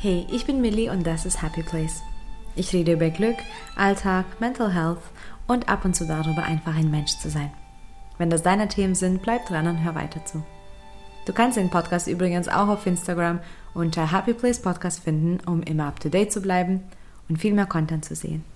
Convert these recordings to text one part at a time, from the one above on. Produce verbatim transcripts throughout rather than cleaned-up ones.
Hey, ich bin Millie und das ist Happy Place. Ich rede über Glück, Alltag, Mental Health und ab und zu darüber, einfach ein Mensch zu sein. Wenn das deine Themen sind, bleib dran und hör weiter zu. Du kannst den Podcast übrigens auch auf Instagram unter Happy Place Podcast finden, um immer up to date zu bleiben und viel mehr Content zu sehen.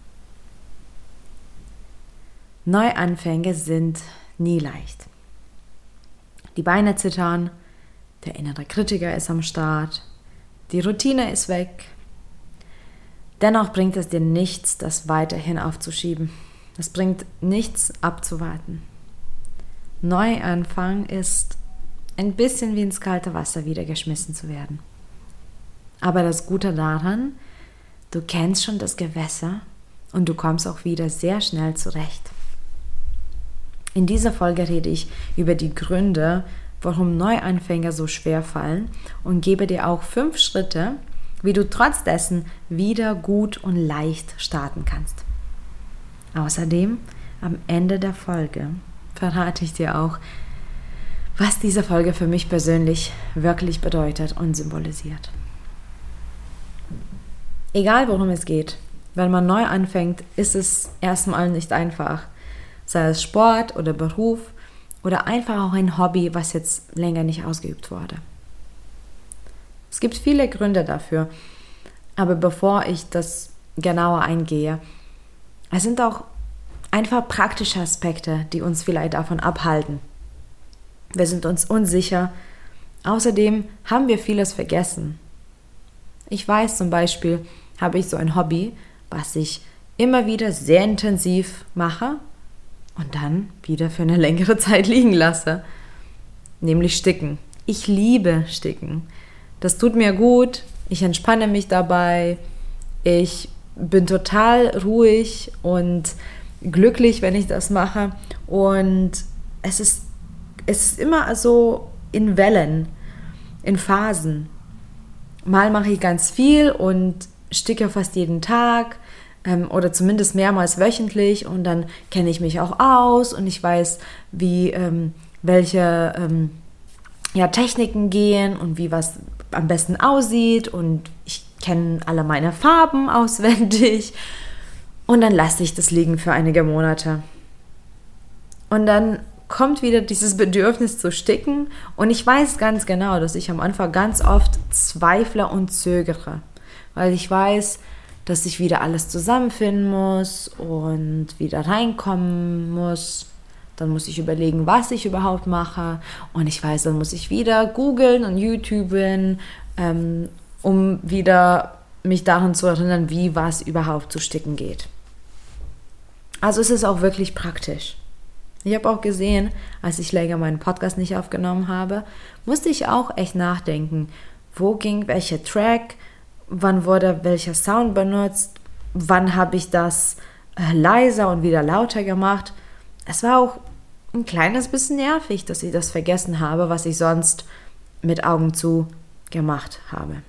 Neuanfänge sind nie leicht. Die Beine zittern, der innere Kritiker ist am Start, die Routine ist weg. Dennoch bringt es dir nichts, das weiterhin aufzuschieben. Es bringt nichts abzuwarten. Neuanfang ist ein bisschen wie ins kalte Wasser wieder geschmissen zu werden. Aber das Gute daran, du kennst schon das Gewässer und du kommst auch wieder sehr schnell zurecht. In dieser Folge rede ich über die Gründe, warum Neuanfänger so schwer fallen und gebe dir auch fünf Schritte, wie du trotz dessen wieder gut und leicht starten kannst. Außerdem, am Ende der Folge, verrate ich dir auch, was diese Folge für mich persönlich wirklich bedeutet und symbolisiert. Egal worum es geht, wenn man neu anfängt, ist es erstmal nicht einfach. Sei es Sport oder Beruf oder einfach auch ein Hobby, was jetzt länger nicht ausgeübt wurde. Es gibt viele Gründe dafür, aber bevor ich das genauer eingehe, es sind auch einfach praktische Aspekte, die uns vielleicht davon abhalten. Wir sind uns unsicher, außerdem haben wir vieles vergessen. Ich weiß zum Beispiel, habe ich so ein Hobby, was ich immer wieder sehr intensiv mache, und dann wieder für eine längere Zeit liegen lasse. Nämlich Sticken. Ich liebe Sticken. Das tut mir gut. Ich entspanne mich dabei. Ich bin total ruhig und glücklich, wenn ich das mache. Und es ist, es ist immer so in Wellen, in Phasen. Mal mache ich ganz viel und sticke fast jeden Tag. Oder zumindest mehrmals wöchentlich und dann kenne ich mich auch aus und ich weiß, wie ähm, welche ähm, ja, Techniken gehen und wie was am besten aussieht und ich kenne alle meine Farben auswendig und dann lasse ich das liegen für einige Monate. Und dann kommt wieder dieses Bedürfnis zu sticken und ich weiß ganz genau, dass ich am Anfang ganz oft zweifle und zögere, weil ich weiß, dass ich wieder alles zusammenfinden muss und wieder reinkommen muss. Dann muss ich überlegen, was ich überhaupt mache. Und ich weiß, dann muss ich wieder googeln und YouTuben, ähm, um wieder mich daran zu erinnern, wie was überhaupt zu sticken geht. Also es ist auch wirklich praktisch. Ich habe auch gesehen, als ich länger meinen Podcast nicht aufgenommen habe, musste ich auch echt nachdenken, wo ging welcher Track, wann wurde welcher Sound benutzt, wann habe ich das äh, leiser und wieder lauter gemacht. Es war auch ein kleines bisschen nervig, dass ich das vergessen habe, was ich sonst mit Augen zu gemacht habe.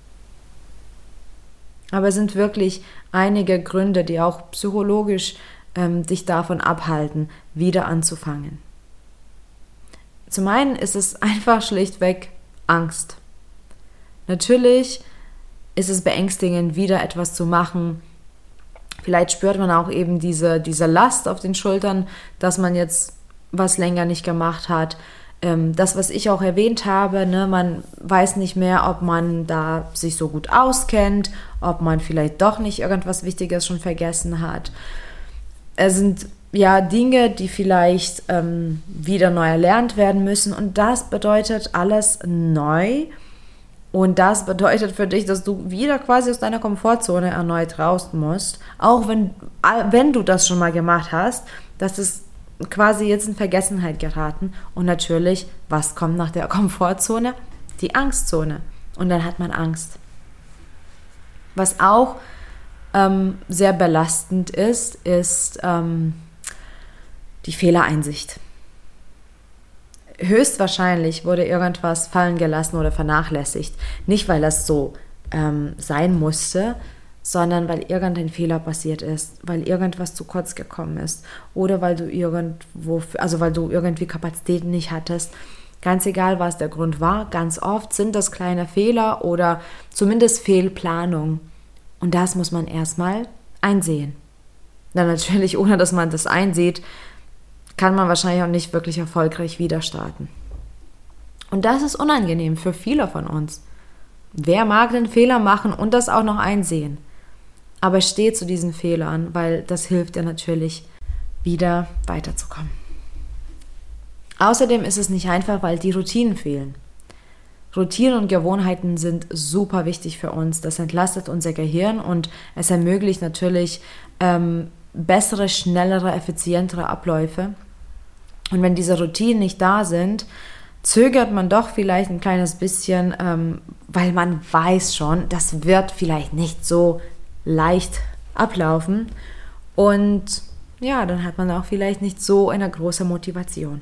Aber es sind wirklich einige Gründe, die auch psychologisch ähm, dich davon abhalten, wieder anzufangen. Zum einen ist es einfach schlichtweg Angst. Natürlich ist es beängstigend, wieder etwas zu machen. Vielleicht spürt man auch eben diese, diese Last auf den Schultern, dass man jetzt was länger nicht gemacht hat. Ähm, das, was ich auch erwähnt habe, ne, man weiß nicht mehr, ob man da sich so gut auskennt, ob man vielleicht doch nicht irgendwas Wichtiges schon vergessen hat. Es sind ja Dinge, die vielleicht ähm, wieder neu erlernt werden müssen und das bedeutet alles neu. Und das bedeutet für dich, dass du wieder quasi aus deiner Komfortzone erneut raus musst. Auch wenn, wenn du das schon mal gemacht hast, das ist quasi jetzt in Vergessenheit geraten. Und natürlich, was kommt nach der Komfortzone? Die Angstzone. Und dann hat man Angst. Was auch ähm, sehr belastend ist, ist ähm, die Fehlereinsicht. Höchstwahrscheinlich wurde irgendwas fallen gelassen oder vernachlässigt. Nicht, weil das so ähm, sein musste, sondern weil irgendein Fehler passiert ist, weil irgendwas zu kurz gekommen ist oder weil du irgendwo, also weil du irgendwie Kapazitäten nicht hattest. Ganz egal, was der Grund war, ganz oft sind das kleine Fehler oder zumindest Fehlplanung. Und das muss man erstmal einsehen. Dann natürlich, ohne dass man das einsieht, kann man wahrscheinlich auch nicht wirklich erfolgreich wieder starten. Und das ist unangenehm für viele von uns. Wer mag den Fehler machen und das auch noch einsehen? Aber steh zu diesen Fehlern, weil das hilft dir natürlich, wieder weiterzukommen. Außerdem ist es nicht einfach, weil die Routinen fehlen. Routinen und Gewohnheiten sind super wichtig für uns. Das entlastet unser Gehirn und es ermöglicht natürlich ähm, bessere, schnellere, effizientere Abläufe. Und wenn diese Routinen nicht da sind, zögert man doch vielleicht ein kleines bisschen, ähm, weil man weiß schon, das wird vielleicht nicht so leicht ablaufen. Und ja, dann hat man auch vielleicht nicht so eine große Motivation.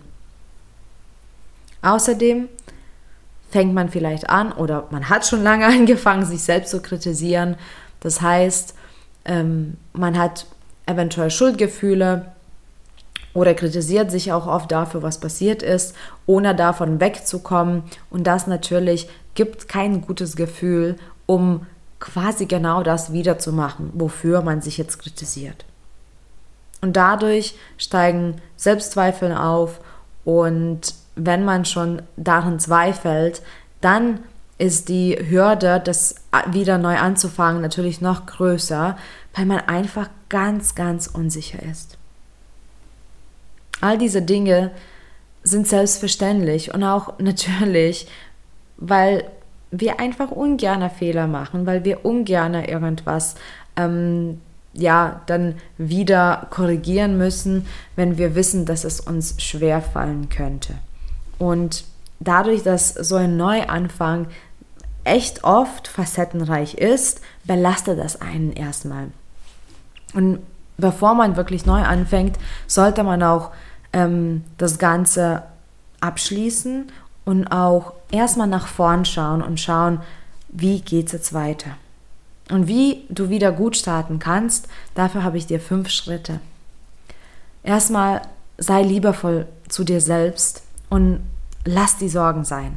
Außerdem fängt man vielleicht an oder man hat schon lange angefangen, sich selbst zu kritisieren. Das heißt, ähm, man hat eventuell Schuldgefühle oder kritisiert sich auch oft dafür, was passiert ist, ohne davon wegzukommen. Und das natürlich gibt kein gutes Gefühl, um quasi genau das wiederzumachen, wofür man sich jetzt kritisiert. Und dadurch steigen Selbstzweifel auf und wenn man schon daran zweifelt, dann ist die Hürde, das wieder neu anzufangen, natürlich noch größer, weil man einfach ganz, ganz unsicher ist. All diese Dinge sind selbstverständlich und auch natürlich, weil wir einfach ungerne Fehler machen, weil wir ungerne irgendwas ähm, ja, dann wieder korrigieren müssen, wenn wir wissen, dass es uns schwerfallen könnte. Und dadurch, dass so ein Neuanfang echt oft facettenreich ist, belastet das einen erstmal. Und bevor man wirklich neu anfängt, sollte man auch ähm, das Ganze abschließen und auch erstmal nach vorn schauen und schauen, wie geht es jetzt weiter. Und wie du wieder gut starten kannst, dafür habe ich dir fünf Schritte. Erstmal sei liebevoll zu dir selbst und lass die Sorgen sein.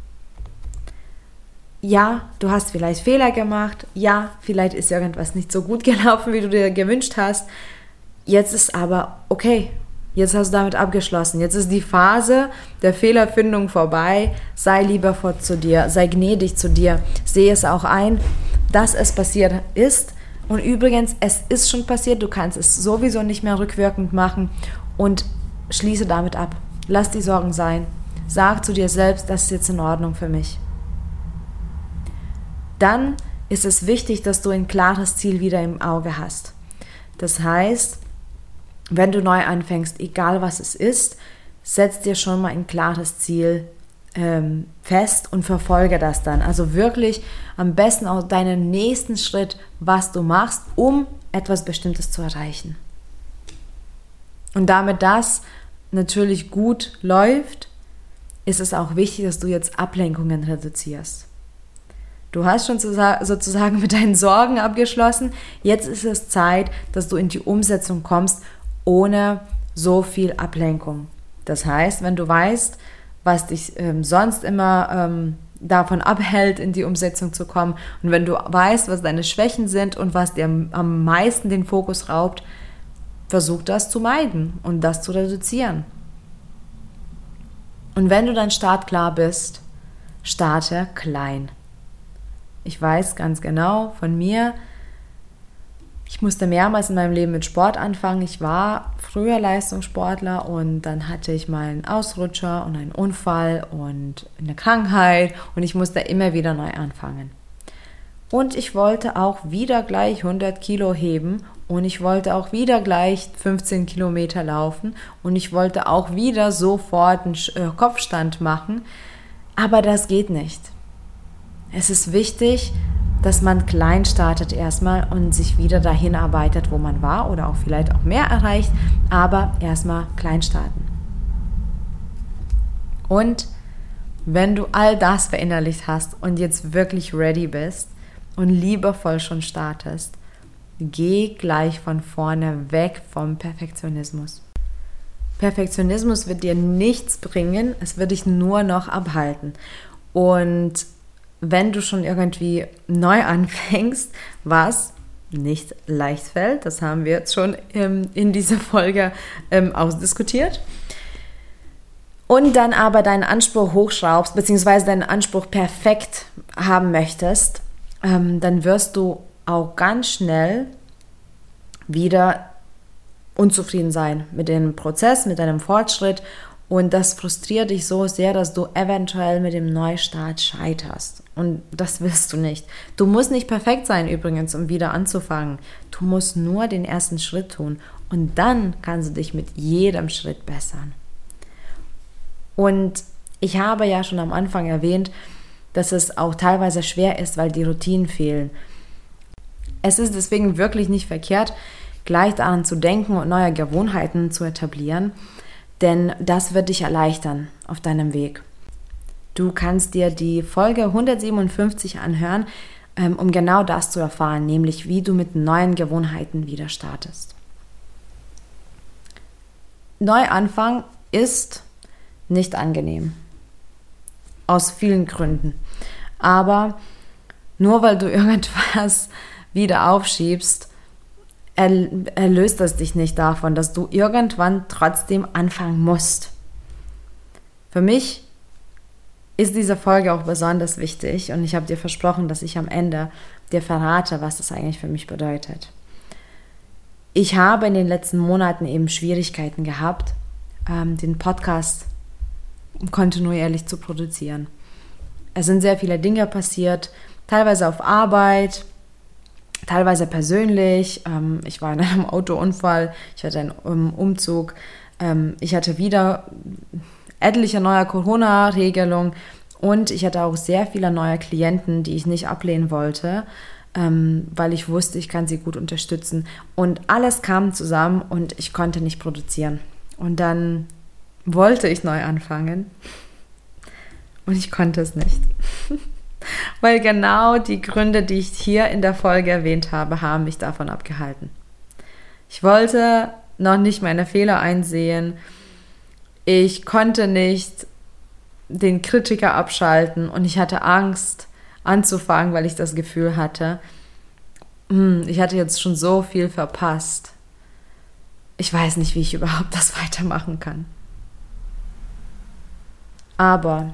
Ja, du hast vielleicht Fehler gemacht. Ja, vielleicht ist irgendwas nicht so gut gelaufen, wie du dir gewünscht hast. Jetzt ist aber okay. Jetzt hast du damit abgeschlossen. Jetzt ist die Phase der Fehlerfindung vorbei. Sei liebevoll zu dir, sei gnädig zu dir. Sehe es auch ein, dass es passiert ist. Und übrigens, es ist schon passiert. Du kannst es sowieso nicht mehr rückwirkend machen. Und schließe damit ab. Lass die Sorgen sein. Sag zu dir selbst, das ist jetzt in Ordnung für mich. Dann ist es wichtig, dass du ein klares Ziel wieder im Auge hast. Das heißt, wenn du neu anfängst, egal was es ist, setz dir schon mal ein klares Ziel ähm, fest und verfolge das dann. Also wirklich am besten auch deinen nächsten Schritt, was du machst, um etwas Bestimmtes zu erreichen. Und damit das natürlich gut läuft, ist es auch wichtig, dass du jetzt Ablenkungen reduzierst. Du hast schon sozusagen mit deinen Sorgen abgeschlossen. Jetzt ist es Zeit, dass du in die Umsetzung kommst, ohne so viel Ablenkung. Das heißt, wenn du weißt, was dich ähm, sonst immer ähm, davon abhält, in die Umsetzung zu kommen, und wenn du weißt, was deine Schwächen sind und was dir am, am meisten den Fokus raubt, versuch das zu meiden und das zu reduzieren. Und wenn du dann startklar bist, starte klein. Ich weiß ganz genau von mir, ich musste mehrmals in meinem Leben mit Sport anfangen. Ich war früher Leistungssportler und dann hatte ich mal einen Ausrutscher und einen Unfall und eine Krankheit und ich musste immer wieder neu anfangen. Und ich wollte auch wieder gleich hundert Kilo heben und ich wollte auch wieder gleich fünfzehn Kilometer laufen und ich wollte auch wieder sofort einen Kopfstand machen, aber das geht nicht. Es ist wichtig, dass man klein startet erstmal und sich wieder dahin arbeitet, wo man war oder auch vielleicht auch mehr erreicht, aber erstmal klein starten. Und wenn du all das verinnerlicht hast und jetzt wirklich ready bist und liebevoll schon startest, geh gleich von vorne weg vom Perfektionismus. Perfektionismus wird dir nichts bringen, es wird dich nur noch abhalten. Und wenn du schon irgendwie neu anfängst, was nicht leicht fällt, das haben wir jetzt schon ähm, in dieser Folge ähm, ausdiskutiert, und dann aber deinen Anspruch hochschraubst, beziehungsweise deinen Anspruch perfekt haben möchtest, ähm, dann wirst du auch ganz schnell wieder unzufrieden sein mit dem Prozess, mit deinem Fortschritt, und das frustriert dich so sehr, dass du eventuell mit dem Neustart scheiterst, und das willst du nicht. Du musst nicht perfekt sein übrigens, um wieder anzufangen. Du musst nur den ersten Schritt tun und dann kannst du dich mit jedem Schritt bessern. Und ich habe ja schon am Anfang erwähnt, dass es auch teilweise schwer ist, weil die Routinen fehlen. Es ist deswegen wirklich nicht verkehrt, gleich daran zu denken und neue Gewohnheiten zu etablieren, denn das wird dich erleichtern auf deinem Weg. Du kannst dir die Folge hundertsiebenundfünfzig anhören, um genau das zu erfahren, nämlich wie du mit neuen Gewohnheiten wieder startest. Neuanfang ist nicht angenehm. Aus vielen Gründen. Aber nur weil du irgendwas wieder aufschiebst, erlöst es dich nicht davon, dass du irgendwann trotzdem anfangen musst. Für mich ist diese Folge auch besonders wichtig und ich habe dir versprochen, dass ich am Ende dir verrate, was das eigentlich für mich bedeutet. Ich habe in den letzten Monaten eben Schwierigkeiten gehabt, den Podcast kontinuierlich zu produzieren. Es sind sehr viele Dinge passiert, teilweise auf Arbeit, teilweise persönlich. Ich war in einem Autounfall, ich hatte einen Umzug, ich hatte wieder etliche neue Corona-Regelungen und ich hatte auch sehr viele neue Klienten, die ich nicht ablehnen wollte, weil ich wusste, ich kann sie gut unterstützen. Und alles kam zusammen und ich konnte nicht produzieren. Und dann wollte ich neu anfangen und ich konnte es nicht. Weil genau die Gründe, die ich hier in der Folge erwähnt habe, haben mich davon abgehalten. Ich wollte noch nicht meine Fehler einsehen. Ich konnte nicht den Kritiker abschalten und ich hatte Angst anzufangen, weil ich das Gefühl hatte, ich hatte jetzt schon so viel verpasst. Ich weiß nicht, wie ich überhaupt das weitermachen kann. Aber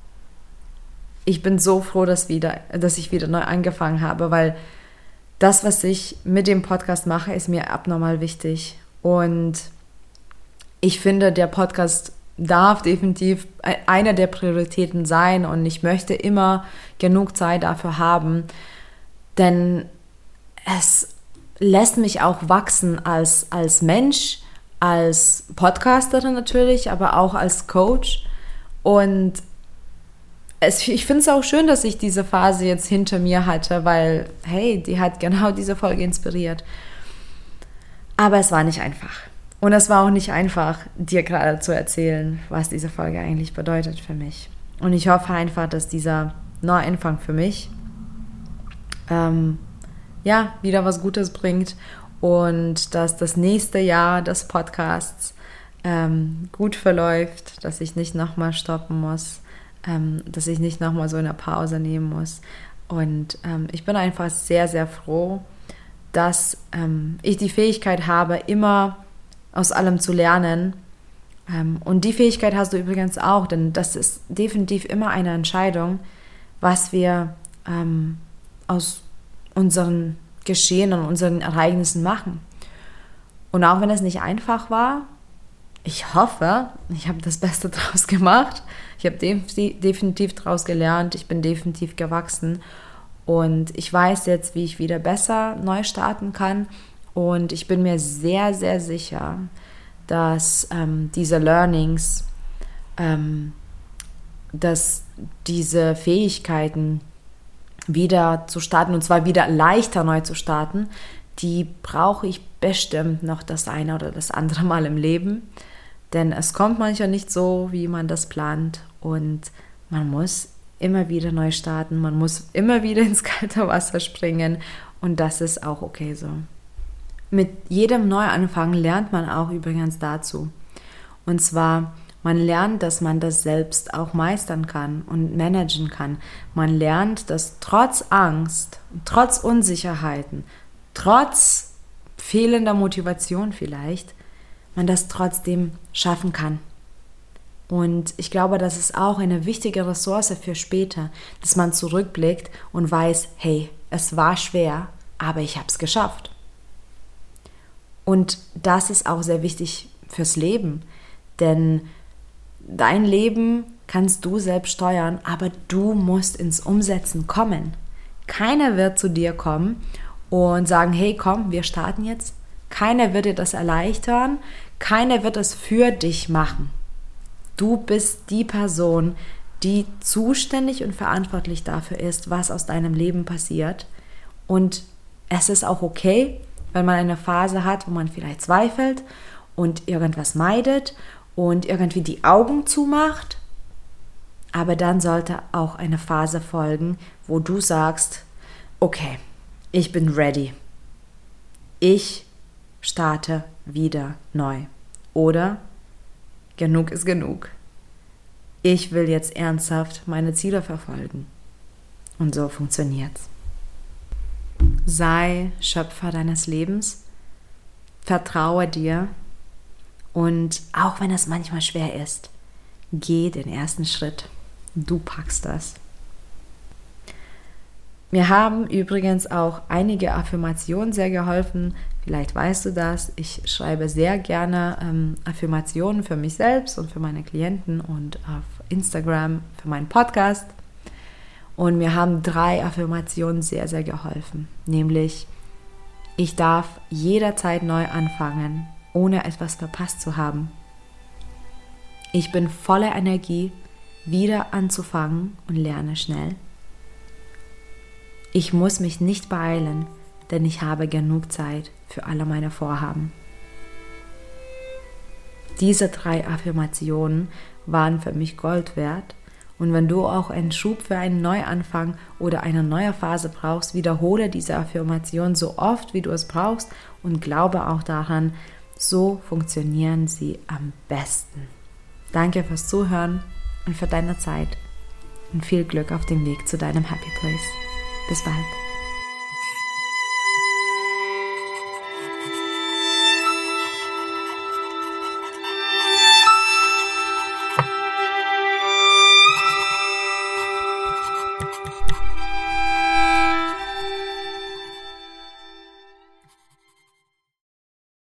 ich bin so froh, dass, wieder, dass ich wieder neu angefangen habe, weil das, was ich mit dem Podcast mache, ist mir abnormal wichtig. Und ich finde, der Podcast darf definitiv eine der Prioritäten sein und ich möchte immer genug Zeit dafür haben, denn es lässt mich auch wachsen als, als Mensch, als Podcasterin natürlich, aber auch als Coach. Und es, ich finde es auch schön, dass ich diese Phase jetzt hinter mir hatte, weil, hey, die hat genau diese Folge inspiriert. Aber es war nicht einfach. Und es war auch nicht einfach, dir gerade zu erzählen, was diese Folge eigentlich bedeutet für mich. Und ich hoffe einfach, dass dieser Neuanfang für mich ähm, ja, wieder was Gutes bringt und dass das nächste Jahr des Podcasts ähm, gut verläuft, dass ich nicht nochmal stoppen muss, ähm, dass ich nicht nochmal so eine Pause nehmen muss. Und ähm, ich bin einfach sehr, sehr froh, dass ähm, ich die Fähigkeit habe, immer aus allem zu lernen. Ähm, und die Fähigkeit hast du übrigens auch, denn das ist definitiv immer eine Entscheidung, was wir ähm, aus unseren Geschehen und unseren Ereignissen machen. Und auch wenn es nicht einfach war, ich hoffe, ich habe das Beste draus gemacht. Ich habe definitiv draus gelernt, ich bin definitiv gewachsen und ich weiß jetzt, wie ich wieder besser neu starten kann. Und ich bin mir sehr, sehr sicher, dass ähm, diese Learnings, ähm, dass diese Fähigkeiten wieder zu starten, und zwar wieder leichter neu zu starten, die brauche ich bestimmt noch das eine oder das andere Mal im Leben. Denn es kommt manchmal nicht so, wie man das plant. Und man muss immer wieder neu starten, man muss immer wieder ins kalte Wasser springen. Und das ist auch okay so. Mit jedem Neuanfang lernt man auch übrigens dazu. Und zwar, man lernt, dass man das selbst auch meistern kann und managen kann. Man lernt, dass trotz Angst, trotz Unsicherheiten, trotz fehlender Motivation vielleicht, man das trotzdem schaffen kann. Und ich glaube, das ist auch eine wichtige Ressource für später, dass man zurückblickt und weiß, hey, es war schwer, aber ich habe es geschafft. Und das ist auch sehr wichtig fürs Leben, denn dein Leben kannst du selbst steuern, aber du musst ins Umsetzen kommen. Keiner wird zu dir kommen und sagen, hey, komm, wir starten jetzt. Keiner wird dir das erleichtern, keiner wird es für dich machen. Du bist die Person, die zuständig und verantwortlich dafür ist, was aus deinem Leben passiert. Und es ist auch okay, wenn man eine Phase hat, wo man vielleicht zweifelt und irgendwas meidet und irgendwie die Augen zumacht. Aber dann sollte auch eine Phase folgen, wo du sagst, okay, ich bin ready. Ich starte wieder neu. Oder genug ist genug. Ich will jetzt ernsthaft meine Ziele verfolgen. Und so funktioniert's. Sei Schöpfer deines Lebens. Vertraue dir. Und auch wenn es manchmal schwer ist, geh den ersten Schritt. Du packst das. Mir haben übrigens auch einige Affirmationen sehr geholfen. Vielleicht weißt du das. Ich schreibe sehr gerne ähm, Affirmationen für mich selbst und für meine Klienten und auf Instagram für meinen Podcast. Und mir haben drei Affirmationen sehr, sehr geholfen. Nämlich, ich darf jederzeit neu anfangen, ohne etwas verpasst zu haben. Ich bin voller Energie, wieder anzufangen und lerne schnell. Ich muss mich nicht beeilen, denn ich habe genug Zeit für alle meine Vorhaben. Diese drei Affirmationen waren für mich Gold wert. Und wenn du auch einen Schub für einen Neuanfang oder eine neue Phase brauchst, wiederhole diese Affirmation so oft, wie du es brauchst und glaube auch daran, so funktionieren sie am besten. Danke fürs Zuhören und für deine Zeit und viel Glück auf dem Weg zu deinem Happy Place. Bis bald.